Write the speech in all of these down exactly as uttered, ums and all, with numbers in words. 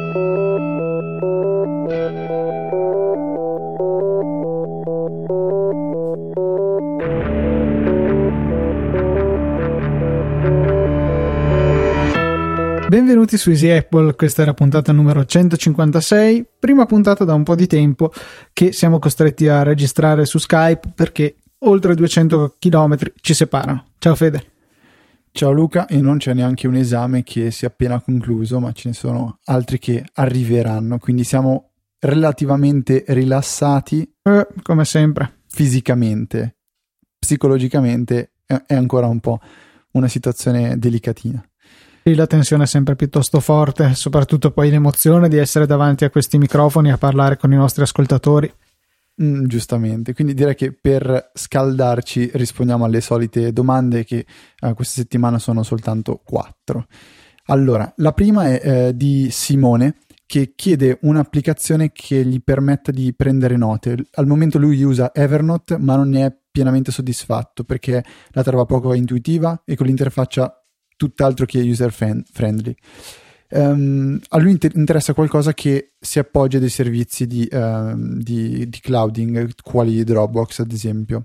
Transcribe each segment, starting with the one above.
Benvenuti su Easy Apple, questa è la puntata numero centocinquantasei, prima puntata da un po' di tempo che siamo costretti a registrare su Skype perché oltre duecento chilometri ci separano. Ciao Fede. Ciao Luca, e non c'è neanche un esame che si è appena concluso, ma ce ne sono altri che arriveranno, quindi siamo relativamente rilassati. Eh, come sempre. Fisicamente, psicologicamente è ancora un po' una situazione delicatina. La tensione è sempre piuttosto forte, soprattutto poi l'emozione di essere davanti a questi microfoni a parlare con i nostri ascoltatori. Mm, giustamente, quindi direi che per scaldarci rispondiamo alle solite domande che eh, questa settimana sono soltanto quattro. Allora, la prima è eh, di Simone, che chiede un'applicazione che gli permetta di prendere note. Al momento lui usa Evernote, ma non ne è pienamente soddisfatto perché la trova poco intuitiva e con l'interfaccia tutt'altro che user friendly. Um, a lui inter- interessa qualcosa che si appoggia a dei servizi di, uh, di, di clouding, quali Dropbox ad esempio.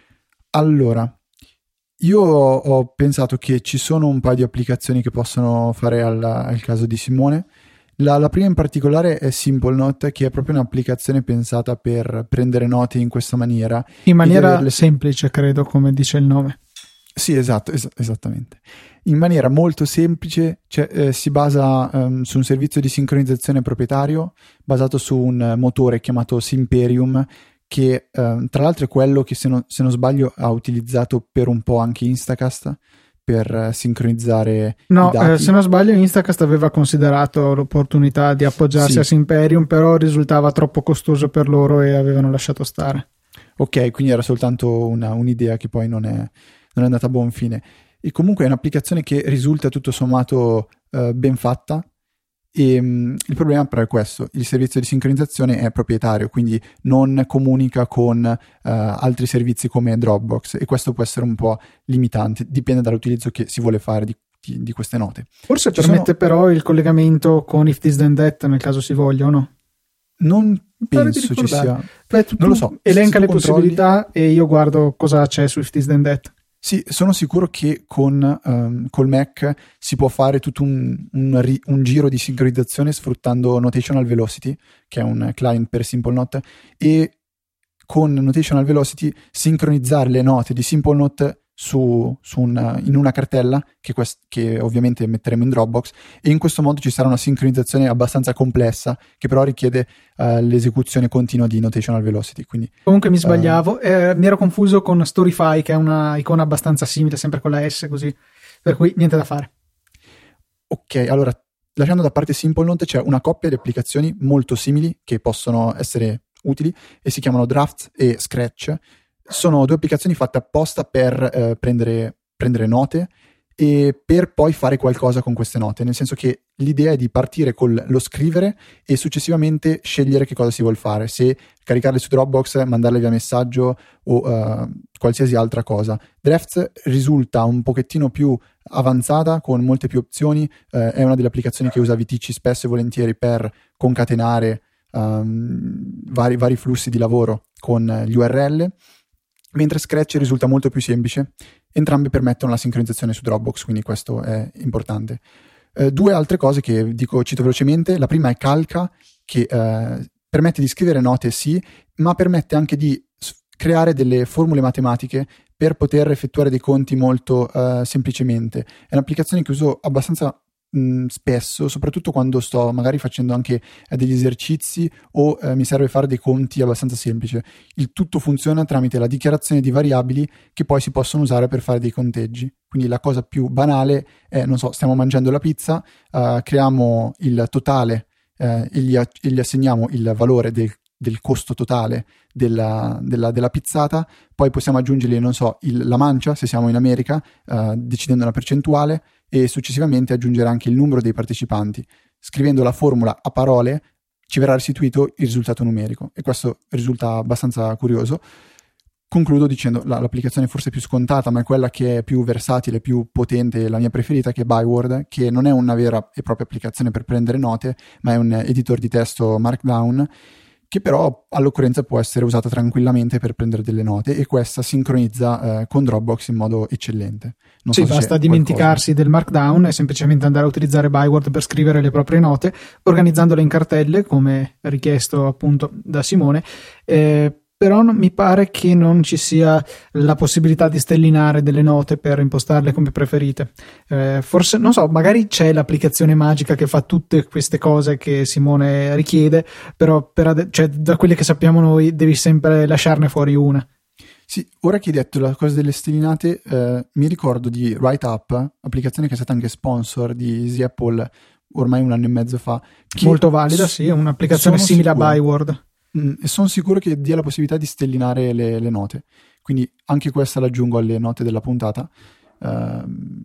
Allora, io ho, ho pensato che ci sono un paio di applicazioni che possono fare al, al caso di Simone. La, la prima in particolare è SimpleNote, che è proprio un'applicazione pensata per prendere note in questa maniera. In maniera averle... semplice, credo, come dice il nome. Sì, esatto, es- esattamente. In maniera molto semplice, cioè, eh, si basa um, su un servizio di sincronizzazione proprietario basato su un motore chiamato Simperium, che um, tra l'altro è quello che, se, no, se non sbaglio, ha utilizzato per un po' anche Instacast per uh, sincronizzare no, i dati. Eh, se non sbaglio Instacast aveva considerato l'opportunità di appoggiarsi sì. a Simperium, però risultava troppo costoso per loro e avevano lasciato stare. Ok, quindi era soltanto una, un'idea che poi non è, non è andata a buon fine. E comunque è un'applicazione che risulta tutto sommato uh, ben fatta, e um, il problema però è questo: il servizio di sincronizzazione è proprietario, quindi non comunica con uh, altri servizi come Dropbox, e questo può essere un po' limitante, dipende dall'utilizzo che si vuole fare di, di, di queste note. Forse Ci permette sono... però il collegamento con If This Then That nel caso si voglia, o no? Non penso ci sia. Beh, tu, non lo so. Elenca le controlli... possibilità e io guardo cosa c'è su If This Then That. Sì, sono sicuro che con um, col Mac si può fare tutto un, un, ri, un giro di sincronizzazione sfruttando Notational Velocity, che è un client per SimpleNote, e con Notational Velocity sincronizzare le note di SimpleNote su, su un, in una cartella che, quest, che ovviamente metteremo in Dropbox, e in questo modo ci sarà una sincronizzazione abbastanza complessa che però richiede uh, l'esecuzione continua di Notational Velocity. Quindi, comunque mi sbagliavo, uh, eh, mi ero confuso con Storify, che è una icona abbastanza simile, sempre con la S così, per cui niente da fare. Ok, allora lasciando da parte SimpleNote, c'è una coppia di applicazioni molto simili che possono essere utili e si chiamano Drafts e Scratch. Sono due applicazioni fatte apposta per eh, prendere, prendere note e per poi fare qualcosa con queste note, nel senso che l'idea è di partire con lo scrivere e successivamente scegliere che cosa si vuol fare, se caricarle su Dropbox, mandarle via messaggio o uh, qualsiasi altra cosa. Drafts risulta un pochettino più avanzata, con molte più opzioni, uh, è una delle applicazioni che usa V T C spesso e volentieri per concatenare um, vari, vari flussi di lavoro con gli U R L, mentre Scratch risulta molto più semplice. Entrambe permettono la sincronizzazione su Dropbox, quindi questo è importante. Eh, due altre cose che dico, cito velocemente. La prima è Calca, che eh, permette di scrivere note, sì, ma permette anche di creare delle formule matematiche per poter effettuare dei conti molto eh, semplicemente. È un'applicazione che uso abbastanza mh, spesso, soprattutto quando sto magari facendo anche eh, degli esercizi o eh, mi serve fare dei conti abbastanza semplici. Il tutto funziona tramite la dichiarazione di variabili che poi si possono usare per fare dei conteggi. Quindi la cosa più banale è, non so, stiamo mangiando la pizza, uh, creiamo il totale eh, e, gli, e gli assegniamo il valore del, del costo totale della, della, della pizzata, poi possiamo aggiungergli, non so, il, la mancia, se siamo in America, uh, decidendo una percentuale, e successivamente aggiungere anche il numero dei partecipanti. Scrivendo la formula a parole ci verrà restituito il risultato numerico, e questo risulta abbastanza curioso. concludo dicendo la, l'applicazione forse più scontata, ma è quella che è più versatile, più potente, la mia preferita, che è Byword, che non è una vera e propria applicazione per prendere note, ma è un editor di testo Markdown, che però all'occorrenza può essere usata tranquillamente per prendere delle note, e questa sincronizza eh, con Dropbox in modo eccellente. Non sì, so se basta c'è dimenticarsi qualcosa. del Markdown e semplicemente andare a utilizzare Byword per scrivere le proprie note, organizzandole in cartelle, come richiesto appunto da Simone, eh, però non, mi pare che non ci sia la possibilità di stellinare delle note per impostarle come preferite. Eh, forse, non so, magari c'è l'applicazione magica che fa tutte queste cose che Simone richiede, però per ade- cioè, da quelle che sappiamo noi devi sempre lasciarne fuori una. Sì, ora che hai detto la cosa delle stellinate, eh, mi ricordo di WriteUp, applicazione che è stata anche sponsor di Easy Apple ormai un anno e mezzo fa. Molto valida, sì, è un'applicazione simile sicuro. a Byword. Mm, e sono sicuro che dia la possibilità di stellinare le, le note, quindi anche questa l'aggiungo alle note della puntata. Uh,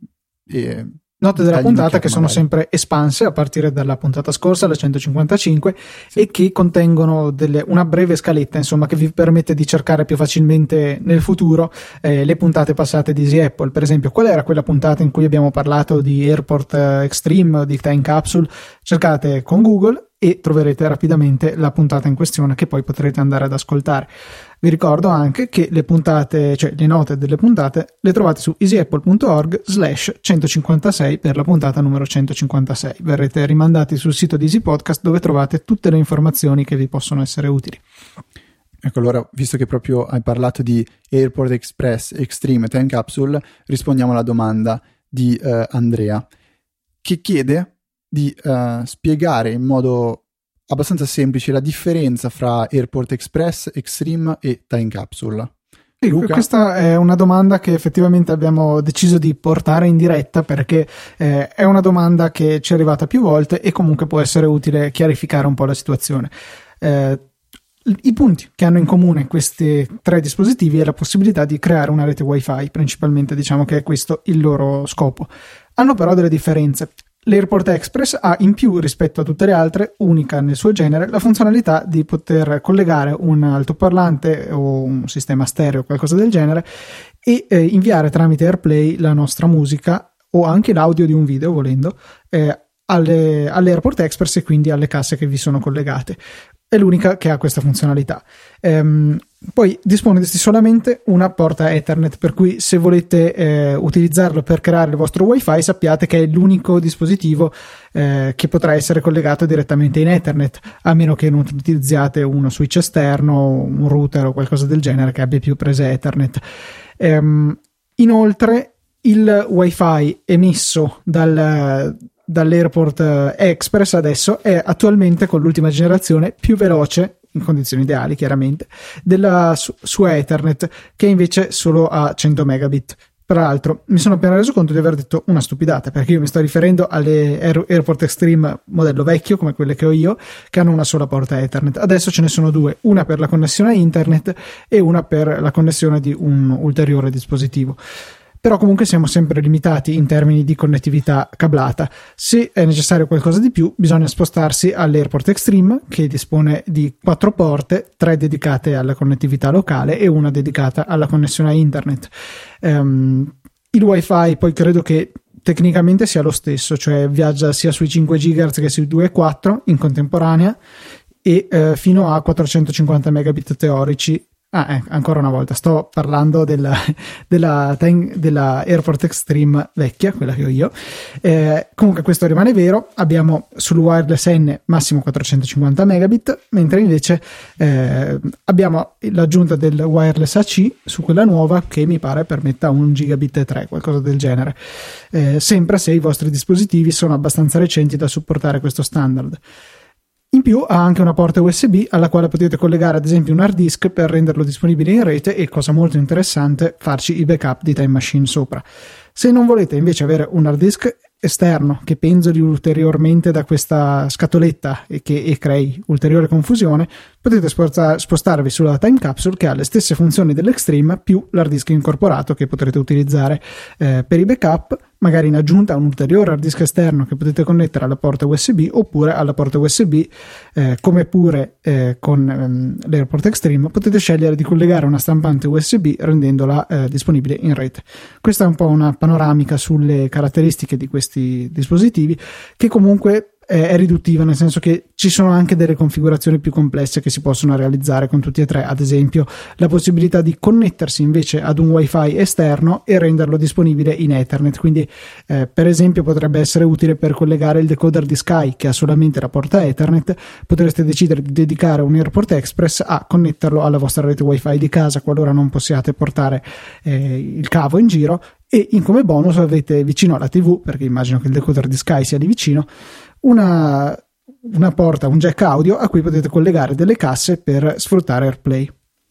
e note della puntata che sono magari. sempre espanse a partire dalla puntata scorsa, la centocinquantacinque, sì. E che contengono delle, una breve scaletta, insomma, che vi permette di cercare più facilmente nel futuro eh, le puntate passate di Easy Apple. Per esempio, qual era quella puntata in cui abbiamo parlato di Airport Extreme, di Time Capsule? Cercate con Google e troverete rapidamente la puntata in questione, che poi potrete andare ad ascoltare. Vi ricordo anche che le puntate, cioè le note delle puntate, le trovate su easyapple.org slash centocinquantasei per la puntata numero centocinquantasei. Verrete rimandati sul sito di Easy Podcast, dove trovate tutte le informazioni che vi possono essere utili. Ecco, allora, visto che proprio hai parlato di Airport Express Extreme Time Capsule, rispondiamo alla domanda di uh, Andrea, che chiede di uh, spiegare in modo abbastanza semplice la differenza fra Airport Express, Extreme e Time Capsule. Sì, questa è una domanda che effettivamente abbiamo deciso di portare in diretta, perché eh, è una domanda che ci è arrivata più volte e comunque può essere utile chiarificare un po' la situazione. Eh, I punti che hanno in comune questi tre dispositivi è la possibilità di creare una rete wifi, principalmente, diciamo che è questo il loro scopo. Hanno però delle differenze. L'Airport Express ha in più rispetto a tutte le altre, unica nel suo genere, la funzionalità di poter collegare un altoparlante o un sistema stereo o qualcosa del genere e eh, inviare tramite AirPlay la nostra musica o anche l'audio di un video, volendo, eh, alle, all'Airport Express e quindi alle casse che vi sono collegate. È l'unica che ha questa funzionalità. Ehm, poi dispone di solamente una porta Ethernet, per cui se volete eh, utilizzarlo per creare il vostro wifi, sappiate che è l'unico dispositivo eh, che potrà essere collegato direttamente in Ethernet, a meno che non utilizziate uno switch esterno, un router o qualcosa del genere che abbia più prese Ethernet. Ehm, inoltre il wifi emesso dal dall'Airport Express adesso è attualmente, con l'ultima generazione, più veloce, in condizioni ideali chiaramente, della su, su Ethernet, che invece solo a cento megabit. Tra l'altro mi sono appena reso conto di aver detto una stupidata, perché io mi sto riferendo alle Air, Airport Extreme modello vecchio, come quelle che ho io, che hanno una sola porta Ethernet. Adesso ce ne sono due, una per la connessione a internet e una per la connessione di un ulteriore dispositivo. Però comunque siamo sempre limitati in termini di connettività cablata. Se è necessario qualcosa di più, bisogna spostarsi all'Airport Extreme, che dispone di quattro porte, tre dedicate alla connettività locale e una dedicata alla connessione a internet. Um, il wifi poi credo che tecnicamente sia lo stesso, cioè viaggia sia sui cinque gigahertz che sui due virgola quattro in contemporanea e eh, fino a quattrocentocinquanta megabit teorici. Ah, eh, ancora una volta, sto parlando della, della, della Airport Extreme vecchia, quella che ho io. Eh, comunque questo rimane vero, abbiamo sul wireless N massimo quattrocentocinquanta megabit, mentre invece eh, abbiamo l'aggiunta del wireless A C su quella nuova, che mi pare permetta un gigabit e tre, qualcosa del genere. Eh, sempre se i vostri dispositivi sono abbastanza recenti da supportare questo standard. In più ha anche una porta U S B alla quale potete collegare ad esempio un hard disk per renderlo disponibile in rete e, cosa molto interessante, farci i backup di Time Machine sopra. Se non volete invece avere un hard disk esterno che penzoli ulteriormente da questa scatoletta e che e crei ulteriore confusione, potete sposta- spostarvi sulla Time Capsule, che ha le stesse funzioni dell'Extreme più l'hard disk incorporato che potrete utilizzare eh, per i backup, magari in aggiunta a un ulteriore hard disk esterno che potete connettere alla porta U S B oppure alla porta U S B, eh, come pure eh, con ehm, l'AirPort Extreme potete scegliere di collegare una stampante U S B rendendola eh, disponibile in rete. Questa è un po' una panoramica sulle caratteristiche di questi dispositivi, che comunque è riduttiva, nel senso che ci sono anche delle configurazioni più complesse che si possono realizzare con tutti e tre, ad esempio la possibilità di connettersi invece ad un wifi esterno e renderlo disponibile in Ethernet, quindi eh, per esempio potrebbe essere utile per collegare il decoder di Sky che ha solamente la porta Ethernet, potreste decidere di dedicare un AirPort Express a connetterlo alla vostra rete wifi di casa qualora non possiate portare eh, il cavo in giro, e in come bonus avete vicino alla tivù, perché immagino che il decoder di Sky sia lì vicino, Una, una porta, un jack audio a cui potete collegare delle casse per sfruttare AirPlay.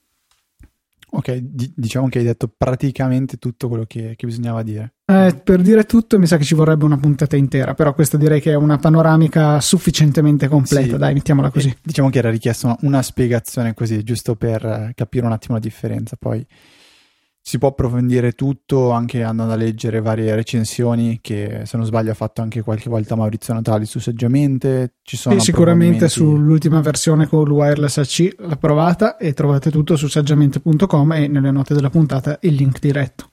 Ok, di- diciamo che hai detto praticamente tutto quello che, che bisognava dire. Eh, per dire tutto mi sa che ci vorrebbe una puntata intera, però questa direi che è una panoramica sufficientemente completa, Sì, dai, mettiamola così. eh, diciamo che era richiesta una, una spiegazione così, giusto per eh, capire un attimo la differenza. Poi si può approfondire tutto anche andando a leggere varie recensioni che, se non sbaglio, ha fatto anche qualche volta Maurizio Natali su Saggiamente. Ci sono E sicuramente approfondimenti- sull'ultima versione con il wireless A C l'ha provata, e trovate tutto su saggiamente punto com e nelle note della puntata il link diretto.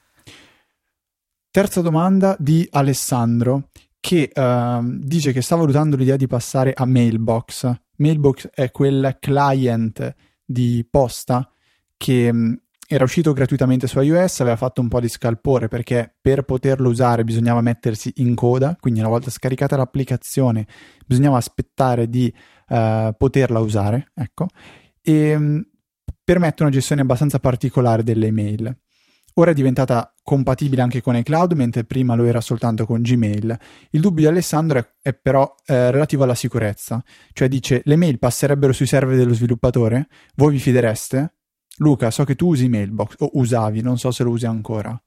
Terza domanda di Alessandro, che ehm, dice che sta valutando l'idea di passare a Mailbox. Mailbox è quel client di posta che mh, era uscito gratuitamente su iOS, aveva fatto un po' di scalpore perché per poterlo usare bisognava mettersi in coda, quindi una volta scaricata l'applicazione bisognava aspettare di eh, poterla usare, ecco, e mh, permette una gestione abbastanza particolare delle email. Ora è diventata compatibile anche con iCloud, mentre prima lo era soltanto con Gmail. Il dubbio di Alessandro è, è però eh, relativo alla sicurezza, cioè dice: le mail passerebbero sui server dello sviluppatore? Voi vi fidereste? Luca, so che tu usi Mailbox, o usavi, non so se lo usi ancora.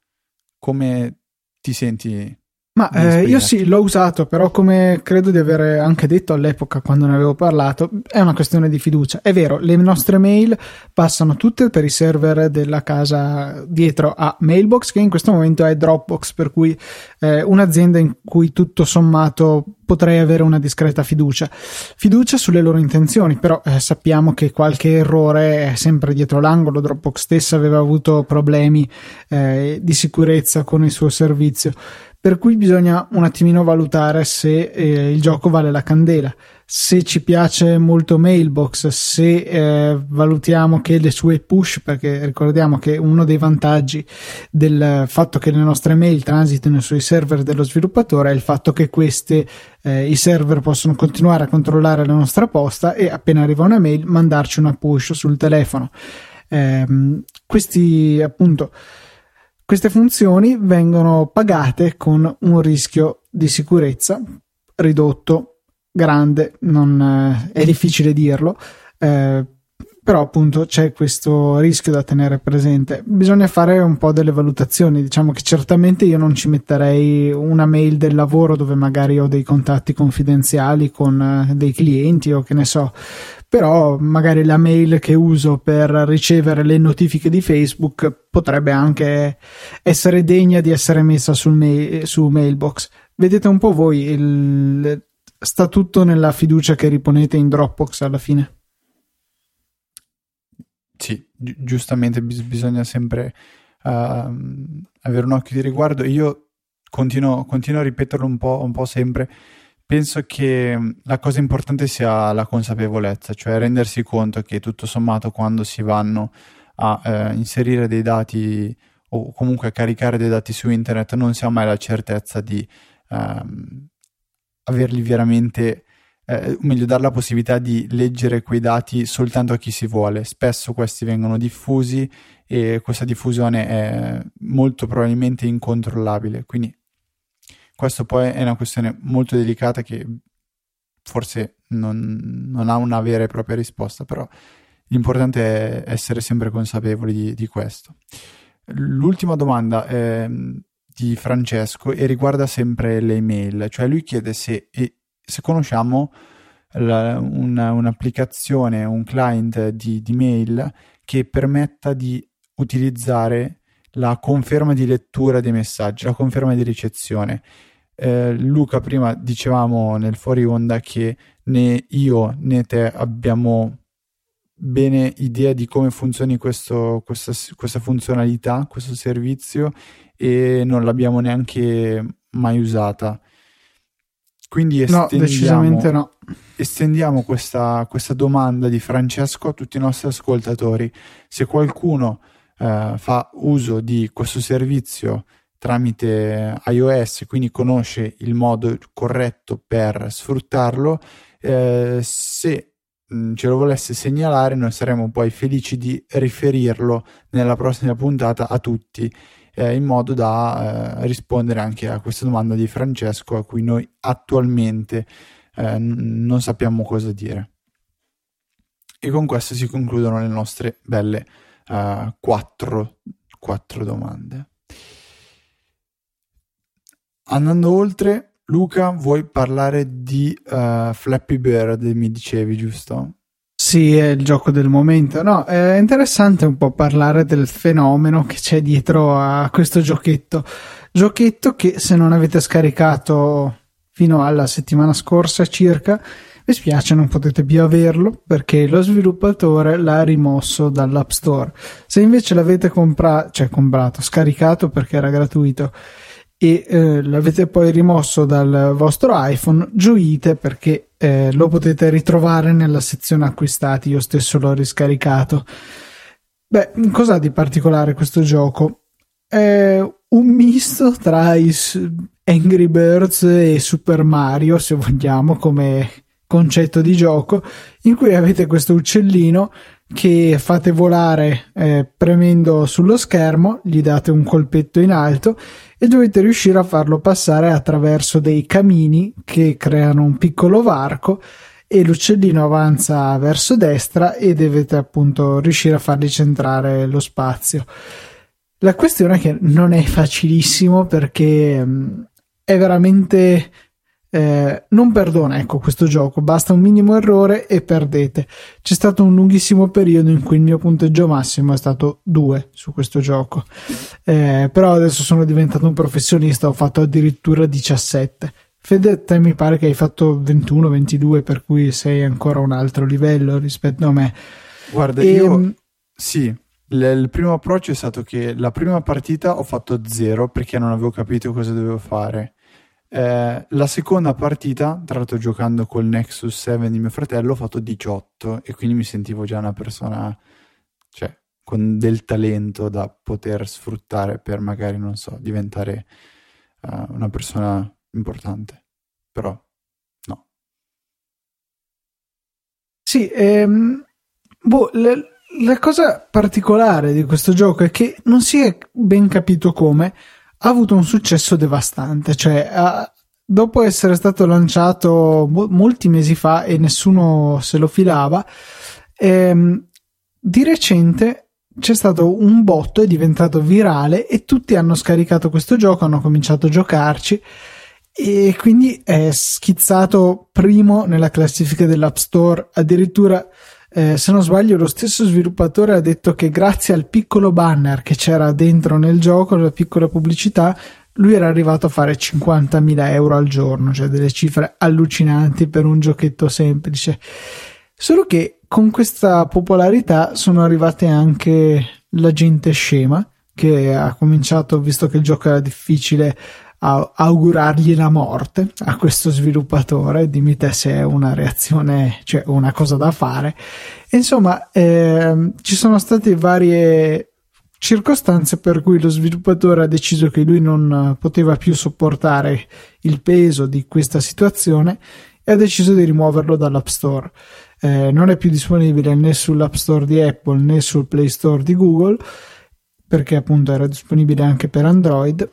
Come ti senti? Ma di eh, io esprimerti? sì, l'ho usato, però come credo di avere anche detto all'epoca quando ne avevo parlato, è una questione di fiducia. È vero, le nostre mail passano tutte per i server della casa dietro a Mailbox, che in questo momento è Dropbox, per cui eh, un'azienda in cui tutto sommato potrei avere una discreta fiducia. Fiducia sulle loro intenzioni, però eh, sappiamo che qualche errore è sempre dietro l'angolo. Dropbox stessa aveva avuto problemi eh, di sicurezza con il suo servizio, per cui bisogna un attimino valutare se eh, il gioco vale la candela, se ci piace molto Mailbox, se eh, valutiamo che le sue push, perché ricordiamo che uno dei vantaggi del fatto che le nostre mail transitino sui server dello sviluppatore è il fatto che queste eh, i server possono continuare a controllare la nostra posta e appena arriva una mail mandarci una push sul telefono. Eh, questi appunto Queste funzioni vengono pagate con un rischio di sicurezza ridotto, grande, non eh, è difficile dirlo, eh, però appunto c'è questo rischio da tenere presente. Bisogna fare un po' delle valutazioni. Diciamo che certamente io non ci metterei una mail del lavoro dove magari ho dei contatti confidenziali con eh, dei clienti o che ne so, però magari la mail che uso per ricevere le notifiche di Facebook potrebbe anche essere degna di essere messa sul mail, su Mailbox. Vedete un po' voi, il, sta tutto nella fiducia che riponete in Dropbox alla fine. Sì, gi- giustamente bis- bisogna sempre uh, avere un occhio di riguardo. Io continuo, continuo a ripeterlo un po', un po' sempre. Penso che la cosa importante sia la consapevolezza, cioè rendersi conto che tutto sommato quando si vanno a eh, inserire dei dati o comunque a caricare dei dati su internet non si ha mai la certezza di ehm, averli veramente, eh, o meglio, dare la possibilità di leggere quei dati soltanto a chi si vuole. Spesso questi vengono diffusi e questa diffusione è molto probabilmente incontrollabile, quindi questo poi è una questione molto delicata che forse non, non ha una vera e propria risposta, però l'importante è essere sempre consapevoli di, di questo. L'ultima domanda è di Francesco e riguarda sempre le email, cioè lui chiede se, se conosciamo la, una, un'applicazione, un client di, di mail che permetta di utilizzare la conferma di lettura dei messaggi, la conferma di ricezione. Eh, Luca, prima dicevamo nel fuori onda che né io né te abbiamo bene idea di come funzioni questo, questa, questa funzionalità, questo servizio, e non l'abbiamo neanche mai usata. Quindi estendiamo, no, decisamente no. estendiamo questa, questa domanda di Francesco a tutti i nostri ascoltatori. Se qualcuno eh, fa uso di questo servizio tramite iOS, quindi conosce il modo corretto per sfruttarlo, eh, se ce lo volesse segnalare, noi saremmo poi felici di riferirlo nella prossima puntata a tutti, eh, in modo da eh, rispondere anche a questa domanda di Francesco, a cui noi attualmente eh, n- non sappiamo cosa dire. E con questo si concludono le nostre belle uh, quattro, quattro domande. Andando oltre, Luca, vuoi parlare di uh, Flappy Bird, mi dicevi, giusto? Sì, è il gioco del momento. No, è interessante un po' parlare del fenomeno che c'è dietro a questo giochetto. Giochetto che, se non avete scaricato fino alla settimana scorsa circa, mi spiace, non potete più averlo perché lo sviluppatore l'ha rimosso dall'App Store. Se invece l'avete comprato, cioè comprato, scaricato perché era gratuito, e eh, l'avete poi rimosso dal vostro iPhone, gioite perché eh, lo potete ritrovare nella sezione acquistati. Io stesso l'ho riscaricato. Beh, cos'ha di particolare questo gioco? È un misto tra i Angry Birds e Super Mario, se vogliamo, come concetto di gioco, in cui avete questo uccellino che fate volare eh, premendo sullo schermo, gli date un colpetto in alto e dovete riuscire a farlo passare attraverso dei camini che creano un piccolo varco, e l'uccellino avanza verso destra e dovete appunto riuscire a fargli centrare lo spazio. La questione è che non è facilissimo perché mh, è veramente Eh, non perdona, ecco, questo gioco. Basta un minimo errore e perdete. C'è stato un lunghissimo periodo in cui il mio punteggio massimo è stato due su questo gioco, eh, però adesso sono diventato un professionista, ho fatto addirittura diciassette. Fede, te mi pare che hai fatto ventuno ventidue, per cui sei ancora a un altro livello rispetto a me. Guarda, e... io sì, l- il primo approccio è stato che la prima partita ho fatto zero perché non avevo capito cosa dovevo fare. Eh, la seconda partita, tra l'altro giocando col Nexus sette di mio fratello, ho fatto diciotto e quindi mi sentivo già una persona, cioè, con del talento da poter sfruttare per magari, non so, diventare uh, una persona importante. Però no. Sì, ehm, boh, la, la cosa particolare di questo gioco è che non si è ben capito come ha avuto un successo devastante, cioè ha, dopo essere stato lanciato mo- molti mesi fa e nessuno se lo filava, ehm, di recente c'è stato un botto, è diventato virale e tutti hanno scaricato questo gioco, hanno cominciato a giocarci e quindi è schizzato primo nella classifica dell'App Store. Addirittura Eh, se non sbaglio lo stesso sviluppatore ha detto che grazie al piccolo banner che c'era dentro nel gioco, la piccola pubblicità, lui era arrivato a fare cinquantamila euro al giorno, cioè delle cifre allucinanti per un giochetto semplice. Solo che con questa popolarità sono arrivate anche la gente scema che ha cominciato, visto che il gioco era difficile, a augurargli la morte a questo sviluppatore. Dimmi te se è una reazione, cioè una cosa da fare. E insomma, eh, ci sono state varie circostanze per cui lo sviluppatore ha deciso che lui non poteva più sopportare il peso di questa situazione e ha deciso di rimuoverlo dall'App Store. Eh, non è più disponibile né sull'App Store di Apple né sul Play Store di Google, perché appunto era disponibile anche per Android.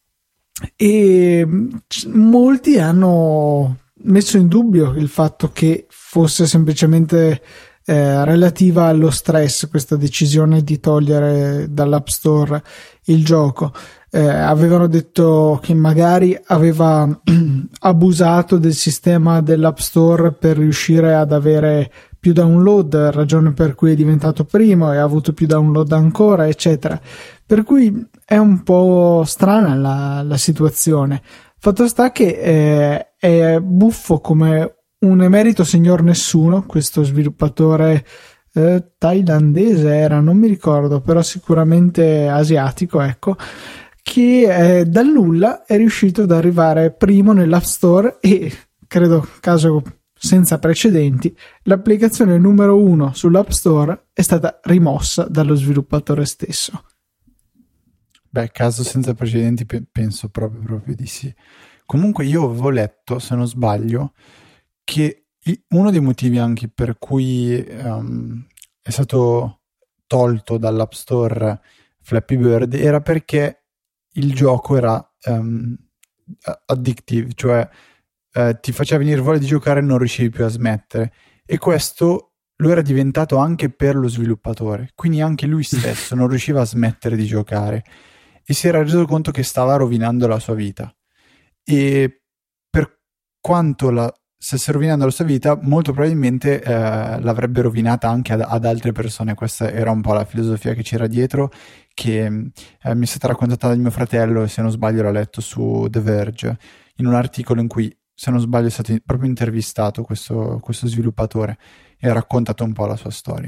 E molti hanno messo in dubbio il fatto che fosse semplicemente eh, relativa allo stress questa decisione di togliere dall'App Store il gioco. eh, avevano detto che magari aveva abusato del sistema dell'App Store per riuscire ad avere più download, ragione per cui è diventato primo e ha avuto più download ancora, eccetera. Per cui è un po' strana la, la situazione. Fatto sta che eh, è buffo come un emerito signor nessuno, questo sviluppatore eh, thailandese era, non mi ricordo, però sicuramente asiatico, ecco, che eh, dal nulla è riuscito ad arrivare primo nell'App Store e, credo caso senza precedenti, l'applicazione numero uno sull'App Store è stata rimossa dallo sviluppatore stesso. Beh, caso senza precedenti pe- penso proprio, proprio di sì. Comunque io avevo letto, se non sbaglio, che il, uno dei motivi anche per cui um, è stato tolto dall'App Store Flappy Bird era perché il gioco era um, addictive, cioè Uh, ti faceva venire voglia di giocare e non riuscivi più a smettere, e questo lo era diventato anche per lo sviluppatore, quindi anche lui stesso non riusciva a smettere di giocare e si era reso conto che stava rovinando la sua vita, e per quanto la stesse rovinando la sua vita molto probabilmente uh, l'avrebbe rovinata anche ad, ad altre persone. Questa era un po' la filosofia che c'era dietro, che uh, mi è stata raccontata da mio fratello, e se non sbaglio l'ho letto su The Verge in un articolo in cui, se non sbaglio, è stato proprio intervistato questo, questo sviluppatore e ha raccontato un po' la sua storia.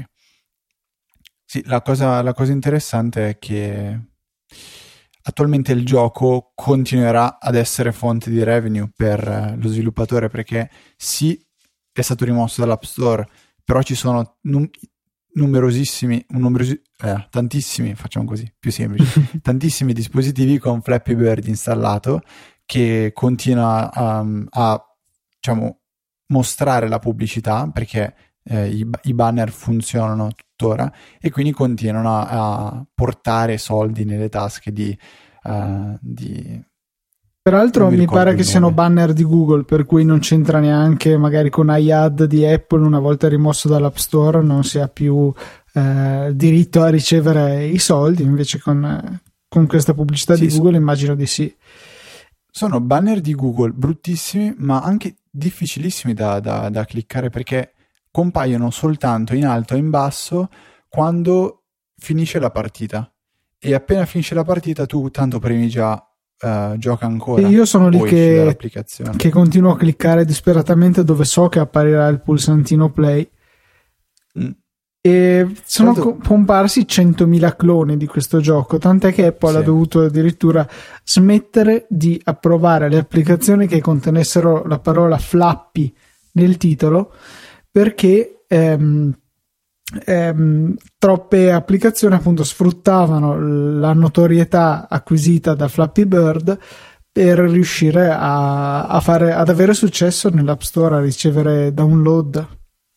Sì, la cosa, la cosa interessante è che attualmente il gioco continuerà ad essere fonte di revenue per lo sviluppatore, perché sì, è stato rimosso dall'App Store, però ci sono num- numerosissimi, un numerosi- eh, tantissimi, facciamo così, più semplice, tantissimi dispositivi con Flappy Bird installato, che continua a, a diciamo, mostrare la pubblicità, perché eh, i, i banner funzionano tuttora, e quindi continuano a, a portare soldi nelle tasche di, uh, di... Peraltro mi, mi pare che siano banner di Google, per cui non c'entra neanche magari con iAd di Apple. Una volta rimosso dall'App Store non si ha più eh, diritto a ricevere i soldi, invece con, eh, con questa pubblicità sì, di Google so- immagino di sì. Sono banner di Google bruttissimi, ma anche difficilissimi da, da, da cliccare, perché compaiono soltanto in alto e in basso quando finisce la partita, e appena finisce la partita tu tanto premi già uh, gioca ancora. Io sono lì che, che continuo a cliccare disperatamente dove so che apparirà il pulsantino play. Mm. E sono co- comparsi centomila cloni di questo gioco, tant'è che Apple sì. ha dovuto addirittura smettere di approvare le applicazioni che contenessero la parola Flappy nel titolo, perché ehm, ehm, troppe applicazioni appunto sfruttavano la notorietà acquisita da Flappy Bird per riuscire a, a fare, ad avere successo nell'App Store, a ricevere download.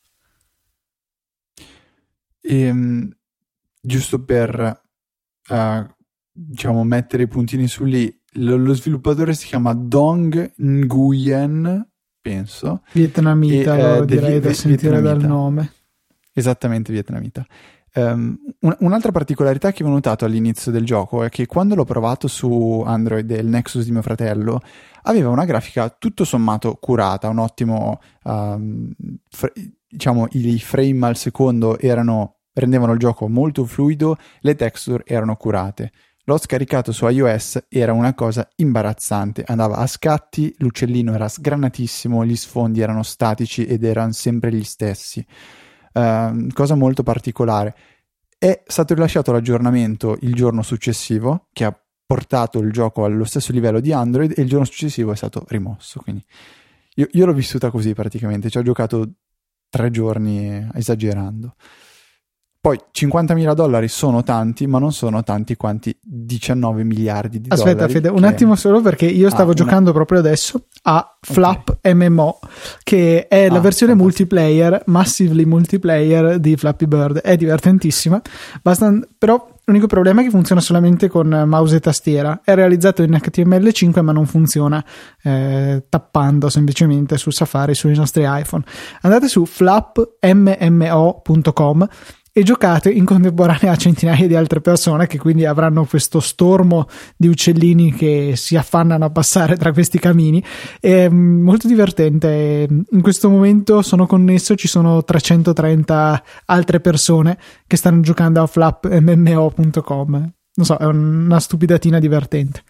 E, giusto per uh, diciamo mettere i puntini su lì, lo, lo sviluppatore si chiama Dong Nguyen, penso, vietnamita, e, lo uh, direi vi- da sentire vietnamita. Dal nome, esattamente, vietnamita. Um, un, un'altra particolarità che ho notato all'inizio del gioco è che quando l'ho provato su Android e il Nexus di mio fratello aveva una grafica tutto sommato curata, un ottimo um, fr- diciamo i frame al secondo erano, rendevano il gioco molto fluido, le texture erano curate. L'ho scaricato su iOS, era una cosa imbarazzante, andava a scatti, l'uccellino era sgranatissimo, gli sfondi erano statici ed erano sempre gli stessi. Uh, cosa molto particolare. È stato rilasciato l'aggiornamento il giorno successivo, che ha portato il gioco allo stesso livello di Android, e il giorno successivo è stato rimosso. Quindi io, io l'ho vissuta così praticamente, ci ho giocato tre giorni esagerando. Poi cinquantamila dollari sono tanti, ma non sono tanti quanti diciannove miliardi di Aspetta, dollari. Aspetta Fede, che... un attimo solo, perché io stavo ah, giocando una... proprio adesso a Flap okay. M M O, che è la ah, versione fantastico. multiplayer, massively multiplayer di Flappy Bird. È divertentissima, basta... però l'unico problema è che funziona solamente con mouse e tastiera. È realizzato in H T M L cinque, ma non funziona eh, tappando semplicemente su Safari, sui nostri iPhone. Andate su flap m m o punto com e giocate in contemporanea a centinaia di altre persone che quindi avranno questo stormo di uccellini che si affannano a passare tra questi camini. È molto divertente. In questo momento sono connesso, ci sono trecentotrenta altre persone che stanno giocando a flap m m o punto com. Non so, è una stupidatina divertente.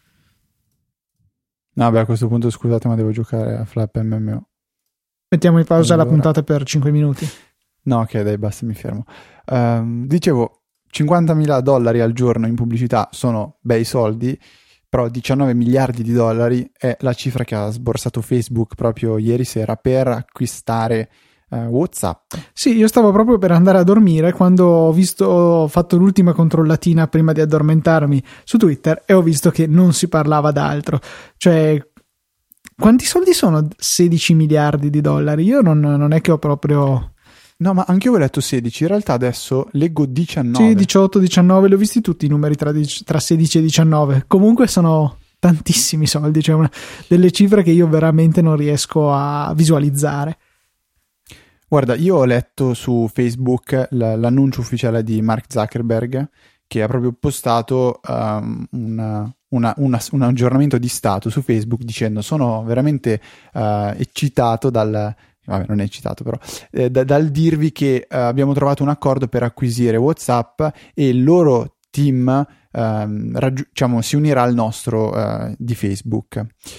No, beh, a questo punto scusate, ma devo giocare a flap m m o. Mettiamo in pausa allora. la puntata per cinque minuti. No, ok, dai, basta, mi fermo. Um, dicevo, cinquantamila dollari al giorno in pubblicità sono bei soldi, però diciannove miliardi di dollari è la cifra che ha sborsato Facebook proprio ieri sera per acquistare uh, WhatsApp. Sì, io stavo proprio per andare a dormire quando ho visto, ho fatto l'ultima controllatina prima di addormentarmi su Twitter e ho visto che non si parlava d'altro. Cioè, quanti soldi sono sedici miliardi di dollari? Io non, non è che ho proprio... No, ma anche io ho letto sedici, in realtà adesso leggo diciannove. Sì, diciotto, diciannove, li ho visti tutti i numeri tra, tra sedici e diciannove. Comunque sono tantissimi soldi, cioè una, delle cifre che io veramente non riesco a visualizzare. Guarda, io ho letto su Facebook l- l'annuncio ufficiale di Mark Zuckerberg che ha proprio postato um, una, una, una, un aggiornamento di stato su Facebook dicendo sono veramente uh, eccitato dal... Vabbè, non è citato però, eh, da, dal dirvi che eh, abbiamo trovato un accordo per acquisire WhatsApp e il loro team ehm, raggi- diciamo, si unirà al nostro eh, di Facebook.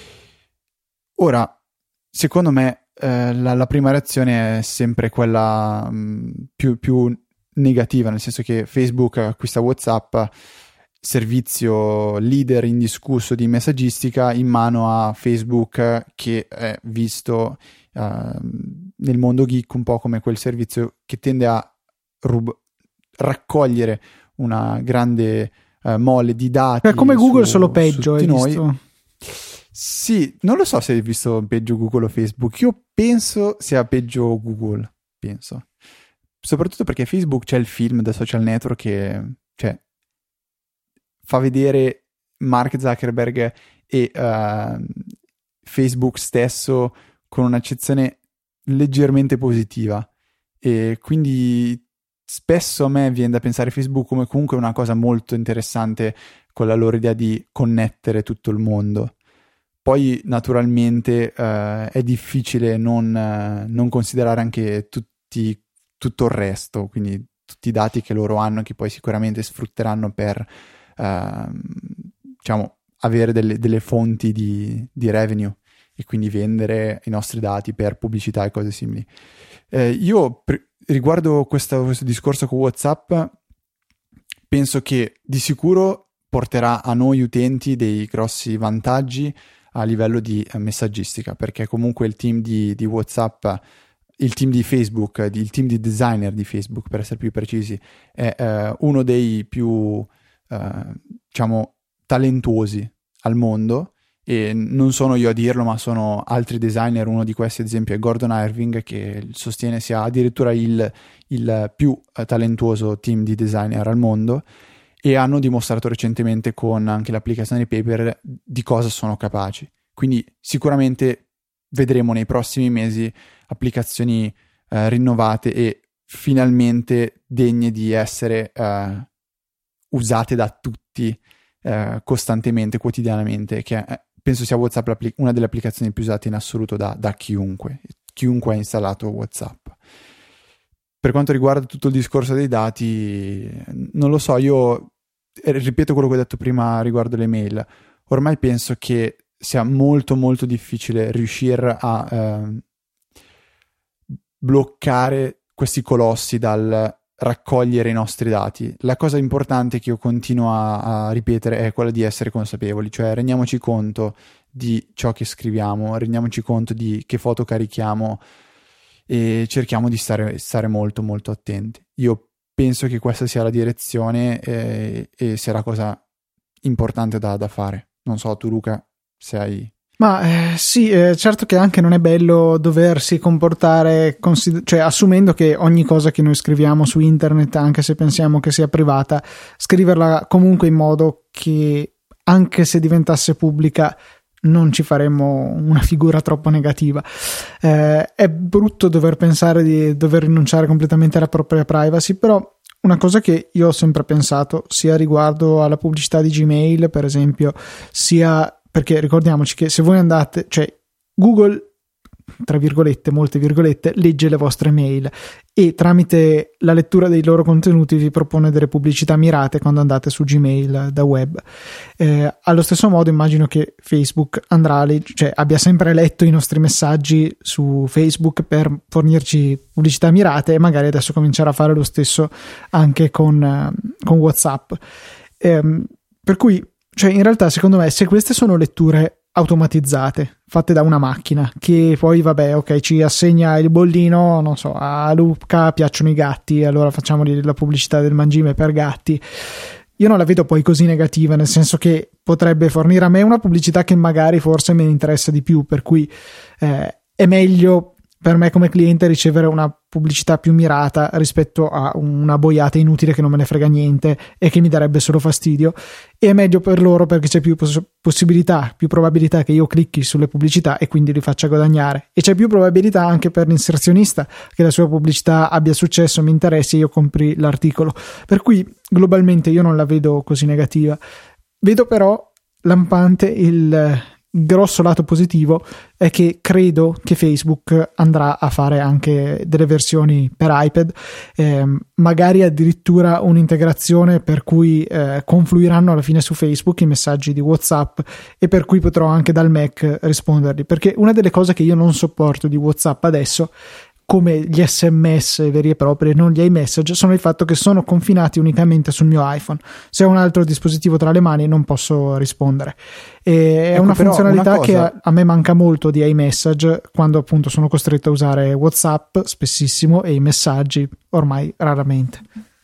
Ora, secondo me eh, la, la prima reazione è sempre quella mh, più, più negativa, nel senso che Facebook acquista WhatsApp, servizio leader indiscusso di messaggistica, in mano a Facebook che è visto Uh, nel mondo geek un po' come quel servizio che tende a rub- raccogliere una grande uh, mole di dati. È come Google, su, solo peggio, hai noi. visto? Sì, non lo so se hai visto peggio Google o Facebook. Io penso sia peggio Google, penso. Soprattutto perché Facebook c'è il film da social network che cioè, fa vedere Mark Zuckerberg e uh, Facebook stesso con un'accezione leggermente positiva, e quindi spesso a me viene da pensare Facebook come comunque una cosa molto interessante con la loro idea di connettere tutto il mondo. Poi naturalmente eh, è difficile non, eh, non considerare anche tutti, tutto il resto, quindi tutti i dati che loro hanno che poi sicuramente sfrutteranno per eh, diciamo avere delle, delle fonti di, di revenue e quindi vendere i nostri dati per pubblicità e cose simili. Eh, io pre- riguardo questa, questo discorso con WhatsApp penso che di sicuro porterà a noi utenti dei grossi vantaggi a livello di eh, messaggistica, perché comunque il team di, di WhatsApp, il team di Facebook, il team di designer di Facebook per essere più precisi, è eh, uno dei più eh, diciamo talentuosi al mondo. E non sono io a dirlo, ma sono altri designer. Uno di questi ad esempio è Gordon Irving, che sostiene sia addirittura il, il più talentuoso team di designer al mondo, e hanno dimostrato recentemente con anche l'applicazione di Paper di cosa sono capaci. Quindi sicuramente vedremo nei prossimi mesi applicazioni eh, rinnovate e finalmente degne di essere eh, usate da tutti eh, costantemente, quotidianamente, che è, penso sia WhatsApp una delle applicazioni più usate in assoluto da, da chiunque, chiunque ha installato WhatsApp. Per quanto riguarda tutto il discorso dei dati, non lo so, io ripeto quello che ho detto prima riguardo le mail. Ormai penso che sia molto molto difficile riuscire a eh, bloccare questi colossi dal raccogliere i nostri dati. La cosa importante che io continuo a, a ripetere è quella di essere consapevoli, cioè rendiamoci conto di ciò che scriviamo, rendiamoci conto di che foto carichiamo e cerchiamo di stare, stare molto molto attenti. Io penso che questa sia la direzione e, e sia la cosa importante da, da fare. Non so, tu Luca, se hai... Ma eh, sì, eh, certo che anche non è bello doversi comportare, consider- cioè assumendo che ogni cosa che noi scriviamo su internet, anche se pensiamo che sia privata, scriverla comunque in modo che anche se diventasse pubblica non ci faremmo una figura troppo negativa. Eh, è brutto dover pensare di dover rinunciare completamente alla propria privacy, però una cosa che io ho sempre pensato, sia riguardo alla pubblicità di Gmail, per esempio, sia perché ricordiamoci che se voi andate, cioè Google, tra virgolette, molte virgolette, legge le vostre mail e tramite la lettura dei loro contenuti vi propone delle pubblicità mirate quando andate su Gmail da web. Eh, allo stesso modo immagino che Facebook andrà a leg- cioè abbia sempre letto i nostri messaggi su Facebook per fornirci pubblicità mirate e magari adesso comincerà a fare lo stesso anche con, eh, con WhatsApp. Eh, per cui, cioè in realtà secondo me se queste sono letture automatizzate fatte da una macchina che poi vabbè ok ci assegna il bollino, non so, a Luca piacciono i gatti, allora facciamogli la pubblicità del mangime per gatti, io non la vedo poi così negativa, nel senso che potrebbe fornire a me una pubblicità che magari forse me ne interessa di più, per cui eh, è meglio per me come cliente ricevere una pubblicità più mirata rispetto a una boiata inutile che non me ne frega niente e che mi darebbe solo fastidio, e è meglio per loro perché c'è più poss- possibilità, più probabilità che io clicchi sulle pubblicità e quindi li faccia guadagnare, e c'è più probabilità anche per l'inserzionista che la sua pubblicità abbia successo, mi interessi e io compri l'articolo, per cui globalmente io non la vedo così negativa. Vedo però lampante il grosso lato positivo è che credo che Facebook andrà a fare anche delle versioni per iPad, eh, magari addirittura un'integrazione per cui eh, confluiranno alla fine su Facebook i messaggi di WhatsApp e per cui potrò anche dal Mac risponderli, perché una delle cose che io non sopporto di WhatsApp adesso, come gli sms veri e propri, non gli iMessage, sono il fatto che sono confinati unicamente sul mio iPhone. Se ho un altro dispositivo tra le mani non posso rispondere, e è ecco, una funzionalità una cosa... che a, a me manca molto di iMessage, quando appunto sono costretto a usare WhatsApp spessissimo e i messaggi ormai raramente.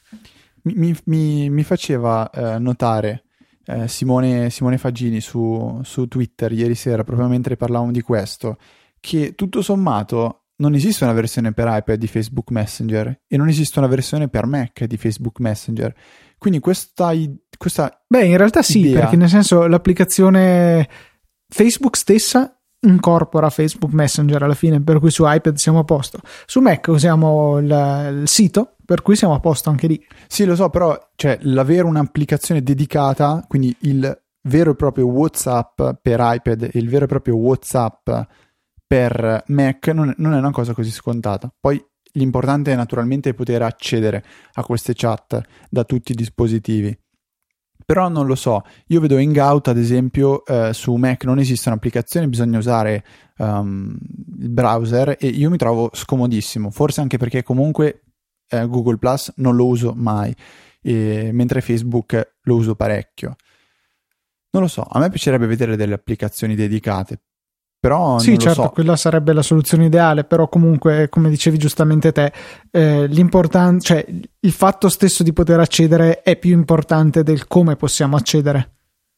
Mi, mi, mi faceva eh, notare eh, Simone, Simone Faggini su, su Twitter ieri sera, proprio mentre parlavamo di questo, che tutto sommato non esiste una versione per iPad di Facebook Messenger e non esiste una versione per Mac di Facebook Messenger. Quindi questa, questa Beh, in realtà sì, idea... perché nel senso l'applicazione Facebook stessa incorpora Facebook Messenger alla fine, per cui su iPad siamo a posto. Su Mac usiamo il, il sito, per cui siamo a posto anche lì. Sì, lo so, però cioè, l'avere un'applicazione dedicata, quindi il vero e proprio WhatsApp per iPad e il vero e proprio WhatsApp per Mac non, non è una cosa così scontata. Poi l'importante è naturalmente poter accedere a queste chat da tutti i dispositivi. Però non lo so, io vedo Hangout ad esempio, eh, su Mac non esistono applicazioni, bisogna usare um, il browser e io mi trovo scomodissimo, forse anche perché comunque eh, Google Plus non lo uso mai, e, mentre Facebook lo uso parecchio. Non lo so, a me piacerebbe vedere delle applicazioni dedicate. Però sì, non certo, lo so. Quella sarebbe la soluzione ideale, però comunque, come dicevi giustamente te, eh, l'importante, cioè il fatto stesso di poter accedere è più importante del come possiamo accedere.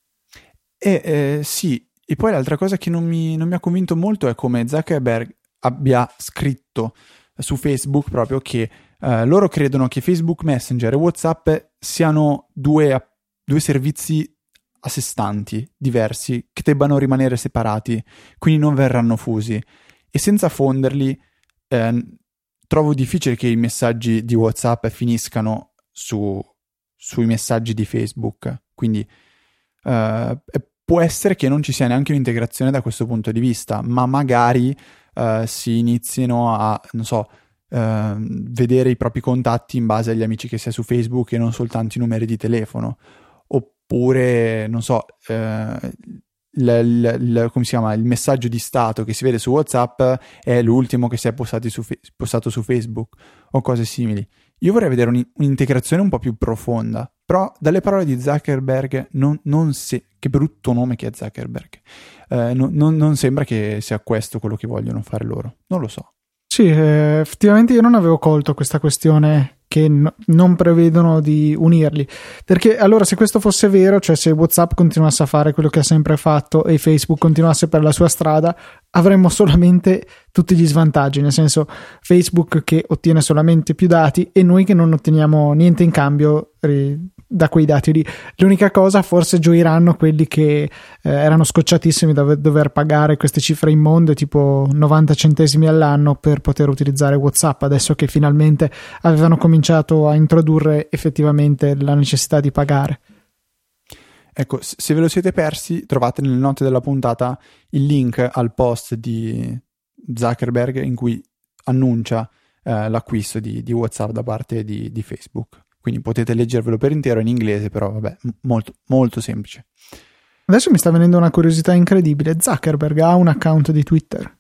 E eh, sì, e poi l'altra cosa che non mi, non mi ha convinto molto è come Zuckerberg abbia scritto su Facebook proprio che eh, loro credono che Facebook Messenger e WhatsApp siano due, due servizi a sé stanti, diversi, che debbano rimanere separati, quindi non verranno fusi. E senza fonderli, eh, trovo difficile che i messaggi di WhatsApp finiscano su, sui messaggi di Facebook. Quindi eh, può essere che non ci sia neanche un'integrazione da questo punto di vista, ma magari eh, si inizino a, non so, eh, vedere i propri contatti in base agli amici che si ha su Facebook e non soltanto i numeri di telefono. Oppure, non so, eh, l, l, l, come si chiama, il messaggio di stato che si vede su WhatsApp è l'ultimo che si è postato su, postato su Facebook o cose simili. Io vorrei vedere un, un'integrazione un po' più profonda, però dalle parole di Zuckerberg non, non se, che brutto nome che è Zuckerberg, eh, non, non, non sembra che sia questo quello che vogliono fare loro, non lo so. Sì, eh, effettivamente io non avevo colto questa questione che no, non prevedono di unirli, perché allora se questo fosse vero, cioè se WhatsApp continuasse a fare quello che ha sempre fatto e Facebook continuasse per la sua strada, avremmo solamente tutti gli svantaggi, nel senso Facebook che ottiene solamente più dati e noi che non otteniamo niente in cambio ri- da quei dati lì. L'unica cosa, forse gioiranno quelli che eh, erano scocciatissimi da dover pagare queste cifre immonde, tipo novanta centesimi all'anno per poter utilizzare WhatsApp, adesso che finalmente avevano cominciato a introdurre effettivamente la necessità di pagare. Ecco, se ve lo siete persi, trovate nelle note della puntata il link al post di Zuckerberg in cui annuncia eh, l'acquisto di, di WhatsApp da parte di, di Facebook. Quindi potete leggervelo per intero in inglese, però vabbè, molto, molto semplice. Adesso mi sta venendo una curiosità incredibile. Zuckerberg ha un account di Twitter?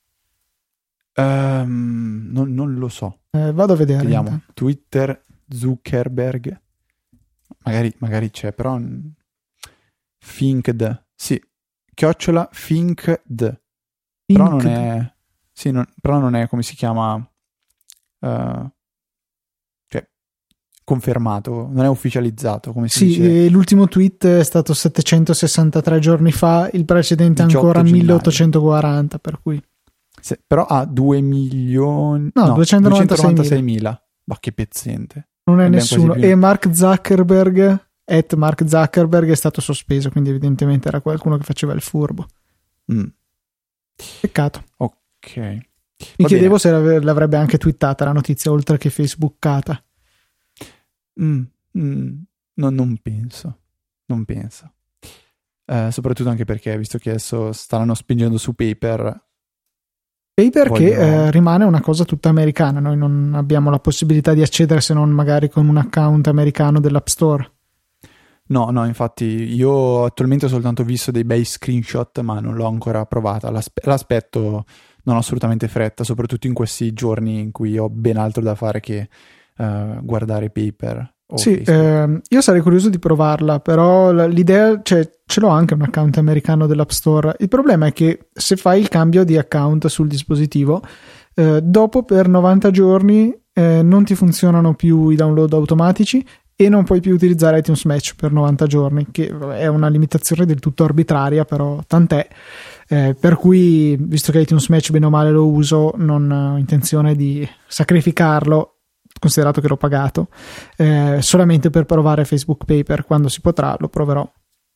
Um, non, non lo so. Eh, vado a vedere. Vediamo. Intanto. Twitter, Zuckerberg. Magari, magari c'è, però... Thinkd. Sì. Chiocciola Thinkd. Però non è... Sì, non, però non è come si chiama... Uh, cioè, confermato. Non è ufficializzato, come si sì, dice. l'ultimo tweet è stato settecentosessantatré giorni fa, il precedente ancora gennaio. milleottocentoquaranta, per cui... Se, però ha due milioni... No, no duecentonovantaseimila. Ma che pezzente. Non è Abbiamo nessuno. più... E Mark Zuckerberg, at Mark Zuckerberg, è stato sospeso, quindi evidentemente era qualcuno che faceva il furbo. Mm. Peccato. Ok. Mi Va chiedevo bene. se l'avrebbe anche twittata la notizia, oltre che facebookata. Mm. Mm. No, non penso. Non penso. Eh, soprattutto anche perché, visto che adesso stanno spingendo su Paper... Paper Voglio... che eh, rimane una cosa tutta americana, noi non abbiamo la possibilità di accedere se non magari con un account americano dell'App Store. No, no, infatti io attualmente ho soltanto visto dei bei screenshot, ma non l'ho ancora provata. L'aspe- l'aspetto, non ho assolutamente fretta, soprattutto in questi giorni in cui ho ben altro da fare che uh, guardare Paper. Sì, eh, io sarei curioso di provarla, però l'idea, cioè ce l'ho anche un account americano dell'App Store. Il problema è che se fai il cambio di account sul dispositivo, eh, dopo per novanta giorni eh, non ti funzionano più i download automatici e non puoi più utilizzare iTunes Match per novanta giorni, che è una limitazione del tutto arbitraria, però tant'è. Eh, per cui, visto che iTunes Match bene o male lo uso, non ho intenzione di sacrificarlo, considerato che l'ho pagato, eh, solamente per provare Facebook Paper. Quando si potrà lo proverò.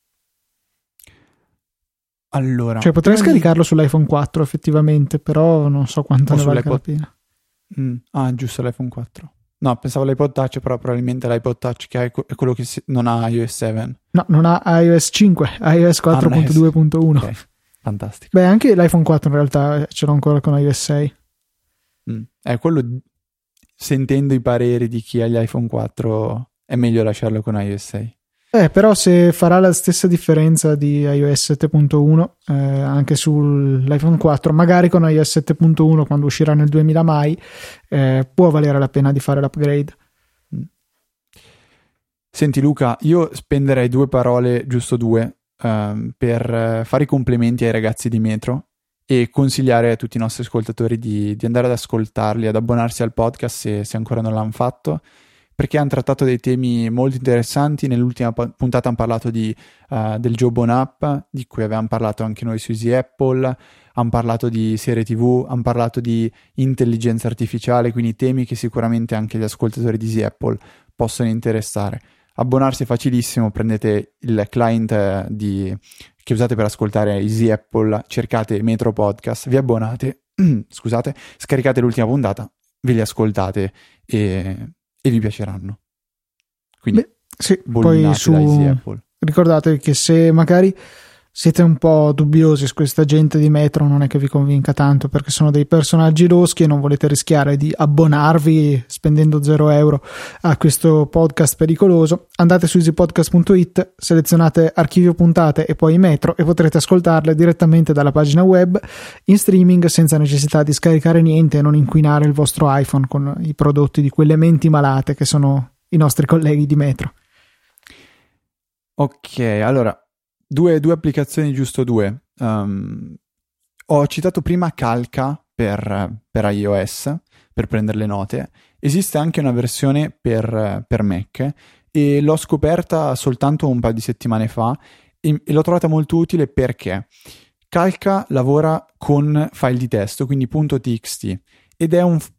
Allora, cioè potrei di... scaricarlo sull'iPhone quattro effettivamente, però non so quanto o ne valga la pena. Mm. Ah, giusto, l'iPhone quattro. No, pensavo l'iPod Touch, però probabilmente l'iPod Touch che hai è quello che si... non ha iOS sette. No, non ha iOS cinque, ha iOS quattro punto due punto uno. Okay. Fantastico. Beh, anche l'iPhone quattro in realtà ce l'ho ancora con iOS sei. Mm. È quello, sentendo i pareri di chi ha gli iPhone quattro, è meglio lasciarlo con iOS sei. Eh, però se farà la stessa differenza di iOS sette punto uno eh, anche sull'iPhone quattro, magari con iOS sette punto uno quando uscirà nel duemila mai, eh, può valere la pena di fare l'upgrade. Mm. Senti Luca, io spenderei due parole, giusto due, um, per fare i complimenti ai ragazzi di Metro e consigliare a tutti i nostri ascoltatori di, di andare ad ascoltarli, ad abbonarsi al podcast se, se ancora non l'hanno fatto, perché hanno trattato dei temi molto interessanti. Nell'ultima puntata hanno parlato di, uh, del Job on App, di cui avevamo parlato anche noi su Easy Apple, hanno parlato di serie tv, hanno parlato di intelligenza artificiale, quindi temi che sicuramente anche gli ascoltatori di Easy Apple possono interessare. Abbonarsi è facilissimo, prendete il client di, che usate per ascoltare Easy Apple, cercate Metro Podcast, vi abbonate, scusate, scaricate l'ultima puntata, ve li ascoltate e... e vi piaceranno. Quindi beh, sì, poi su Apple. Ricordatevi che se magari siete un po' dubbiosi su questa gente di Metro, non è che vi convinca tanto, perché sono dei personaggi loschi e non volete rischiare di abbonarvi spendendo zero euro a questo podcast pericoloso, andate su easypodcast punto it, selezionate archivio puntate e poi Metro e potrete ascoltarle direttamente dalla pagina web in streaming senza necessità di scaricare niente e non inquinare il vostro iPhone con i prodotti di quelle menti malate che sono i nostri colleghi di Metro. Ok, allora Due, due applicazioni, giusto due. Um, ho citato prima Calca per, per iOS, per prendere le note. Esiste anche una versione per, per Mac e l'ho scoperta soltanto un paio di settimane fa e, e l'ho trovata molto utile perché Calca lavora con file di testo, quindi .txt, ed è un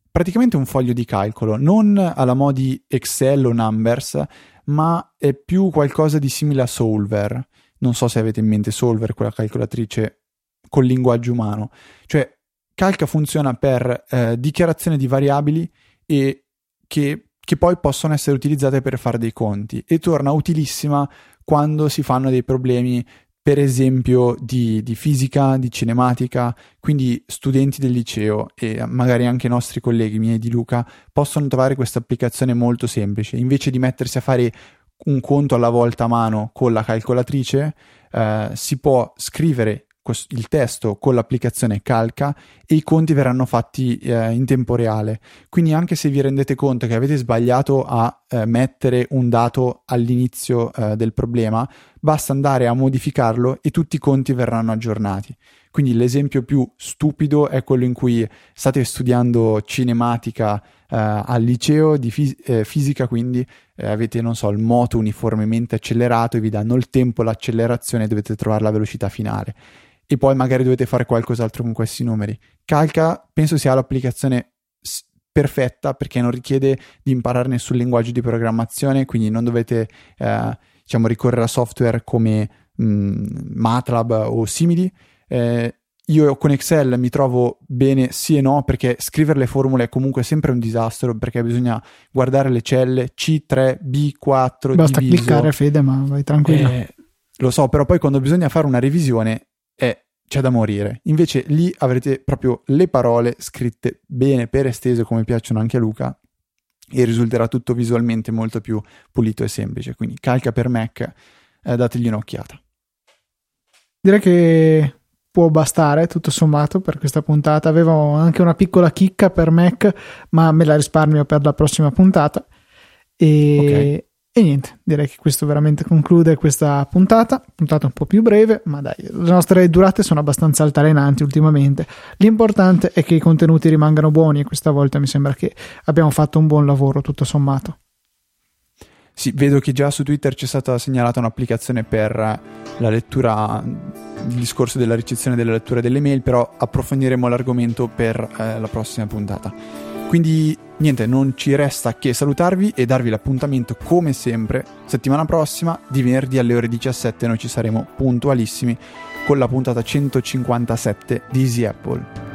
praticamente un foglio di calcolo, non alla modi Excel o Numbers, ma è più qualcosa di simile a Solver. Non so se avete in mente Solver, quella calcolatrice col linguaggio umano. Cioè, Calca funziona per eh, dichiarazione di variabili e che, che poi possono essere utilizzate per fare dei conti, e torna utilissima quando si fanno dei problemi, per esempio di, di fisica, di cinematica. Quindi studenti del liceo e magari anche i nostri colleghi miei di Luca possono trovare questa applicazione molto semplice. Invece di mettersi a fare un conto alla volta a mano con la calcolatrice, eh, si può scrivere il testo con l'applicazione Calca e i conti verranno fatti eh, in tempo reale. Quindi anche se vi rendete conto che avete sbagliato a eh, mettere un dato all'inizio eh, del problema, basta andare a modificarlo e tutti i conti verranno aggiornati. Quindi l'esempio più stupido è quello in cui state studiando cinematica eh, al liceo di fis- eh, fisica, quindi eh, avete, non so, il moto uniformemente accelerato e vi danno il tempo, l'accelerazione e dovete trovare la velocità finale. E poi magari dovete fare qualcos'altro con questi numeri. Calca penso sia l'applicazione perfetta perché non richiede di imparare nessun linguaggio di programmazione, quindi non dovete eh, diciamo ricorrere a software come mh, MATLAB o simili. Eh, io con Excel mi trovo bene sì e no, perché scrivere le formule è comunque sempre un disastro, perché bisogna guardare le celle C tre B quattro basta diviso. cliccare, Fede, ma vai tranquillo. Eh, lo so, però poi quando bisogna fare una revisione è c'è da morire. Invece lì avrete proprio le parole scritte bene per esteso, come piacciono anche a Luca, e risulterà tutto visualmente molto più pulito e semplice. Quindi Calca per Mac, eh, dategli un'occhiata. Direi che può bastare tutto sommato per questa puntata. Avevo anche una piccola chicca per Mac, ma me la risparmio per la prossima puntata. E okay. E niente, direi che questo veramente conclude questa puntata, puntata un po' più breve, ma dai, le nostre durate sono abbastanza altalenanti ultimamente. L'importante è che i contenuti rimangano buoni e questa volta mi sembra che abbiamo fatto un buon lavoro tutto sommato. Sì, vedo che già su Twitter c'è stata segnalata un'applicazione per la lettura, il discorso della ricezione della lettura delle mail, però approfondiremo l'argomento per eh, la prossima puntata. Quindi niente, non ci resta che salutarvi e darvi l'appuntamento come sempre settimana prossima di venerdì alle ore diciassette. Noi ci saremo puntualissimi con la puntata centocinquantasette di Easy Apple.